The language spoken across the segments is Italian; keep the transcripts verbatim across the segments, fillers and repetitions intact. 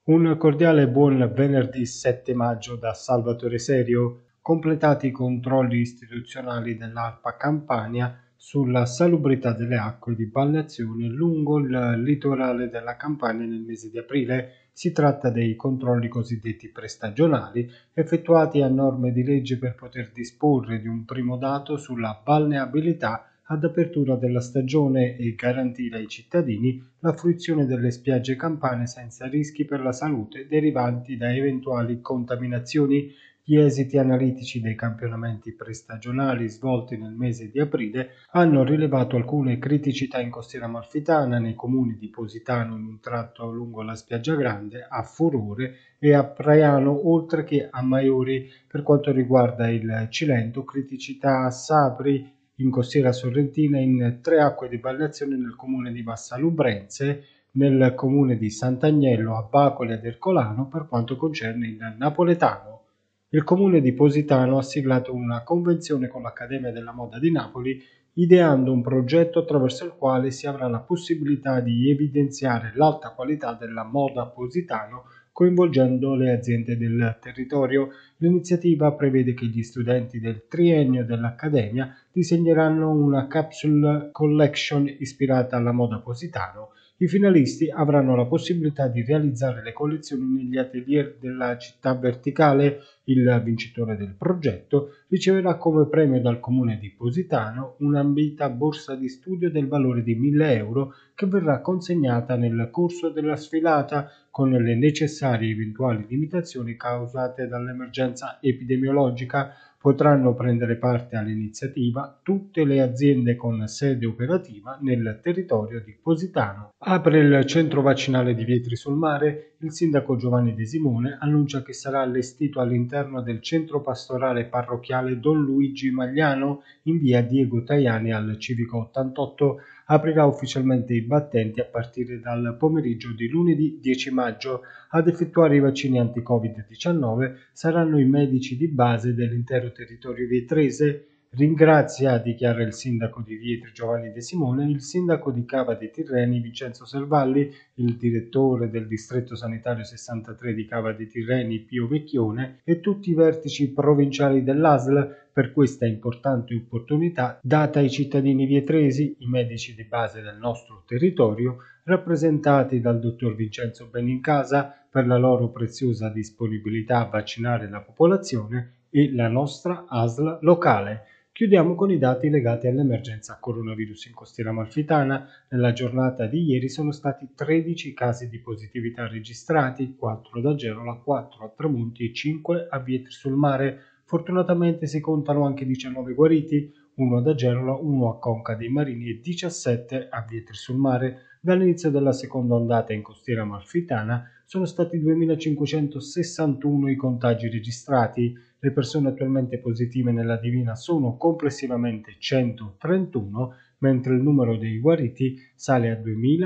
Un cordiale buon venerdì sette maggio da Salvatore Serio. Completati i controlli istituzionali dell'ARPA Campania sulla salubrità delle acque di balneazione lungo il litorale della Campania nel mese di aprile. Si tratta dei controlli cosiddetti prestagionali, effettuati a norme di legge per poter disporre di un primo dato sulla balneabilità ad apertura della stagione e garantire ai cittadini la fruizione delle spiagge campane senza rischi per la salute derivanti da eventuali contaminazioni. Gli esiti analitici dei campionamenti prestagionali svolti nel mese di aprile hanno rilevato alcune criticità in costiera amalfitana nei comuni di Positano in un tratto lungo la spiaggia grande, a Furore e a Praiano, oltre che a Maiori. Per quanto riguarda il Cilento, criticità a Sapri in costiera sorrentina, in tre acque di balneazione nel comune di Massalubrense, nel comune di Sant'Agnello, a Bacoli ed Ercolano per quanto concerne il napoletano. Il comune di Positano ha siglato una convenzione con l'Accademia della Moda di Napoli, ideando un progetto attraverso il quale si avrà la possibilità di evidenziare l'alta qualità della moda positano coinvolgendo le aziende del territorio. L'iniziativa prevede che gli studenti del triennio dell'Accademia disegneranno una capsule collection ispirata alla moda positano. I finalisti avranno la possibilità di realizzare le collezioni negli atelier della città verticale. Il vincitore del progetto riceverà come premio dal comune di Positano un'ambita borsa di studio del valore di mille euro che verrà consegnata nel corso della sfilata con le necessarie eventuali limitazioni causate dall'emergenza epidemiologica. Potranno prendere parte all'iniziativa tutte le aziende con sede operativa nel territorio di Positano. Apre il centro vaccinale di Vietri sul Mare. Il sindaco Giovanni De Simone annuncia che sarà allestito all'interno del centro pastorale parrocchiale Don Luigi Magliano in via Diego Tajani al Civico ottantotto. Aprirà ufficialmente i battenti a partire dal pomeriggio di lunedì dieci maggio. Ad effettuare i vaccini anti-covid diciannove saranno i medici di base dell'intero territorio vietrese. Ringrazia, dichiara il sindaco di Vietri Giovanni De Simone, il sindaco di Cava dei Tirreni Vincenzo Servalli, il direttore del distretto sanitario sessantatré di Cava dei Tirreni Pio Vecchione e tutti i vertici provinciali dell'A S L per questa importante opportunità data ai cittadini vietresi. I medici di base del nostro territorio, rappresentati dal dottor Vincenzo Benincasa, per la loro preziosa disponibilità a vaccinare la popolazione, e la nostra A S L locale. Chiudiamo con i dati legati all'emergenza coronavirus in costiera amalfitana. Nella giornata di ieri sono stati tredici casi di positività registrati, quattro ad Agerola, quattro a Tramunti e cinque a Vietri sul Mare. Fortunatamente si contano anche diciannove guariti, uno ad Agerola, uno a Conca dei Marini e diciassette a Vietri sul Mare. Dall'inizio della seconda ondata in costiera amalfitana sono stati duemilacinquecentosessantuno i contagi registrati. Le persone attualmente positive nella Divina sono complessivamente centotrentuno, mentre il numero dei guariti sale a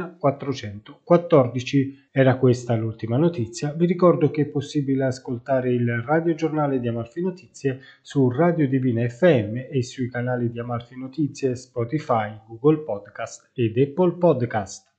duemilaquattrocentoquattordici. Era questa l'ultima notizia. Vi ricordo che è possibile ascoltare il radiogiornale di Amalfi Notizie su Radio Divina F M e sui canali di Amalfi Notizie, Spotify, Google Podcast ed Apple Podcast.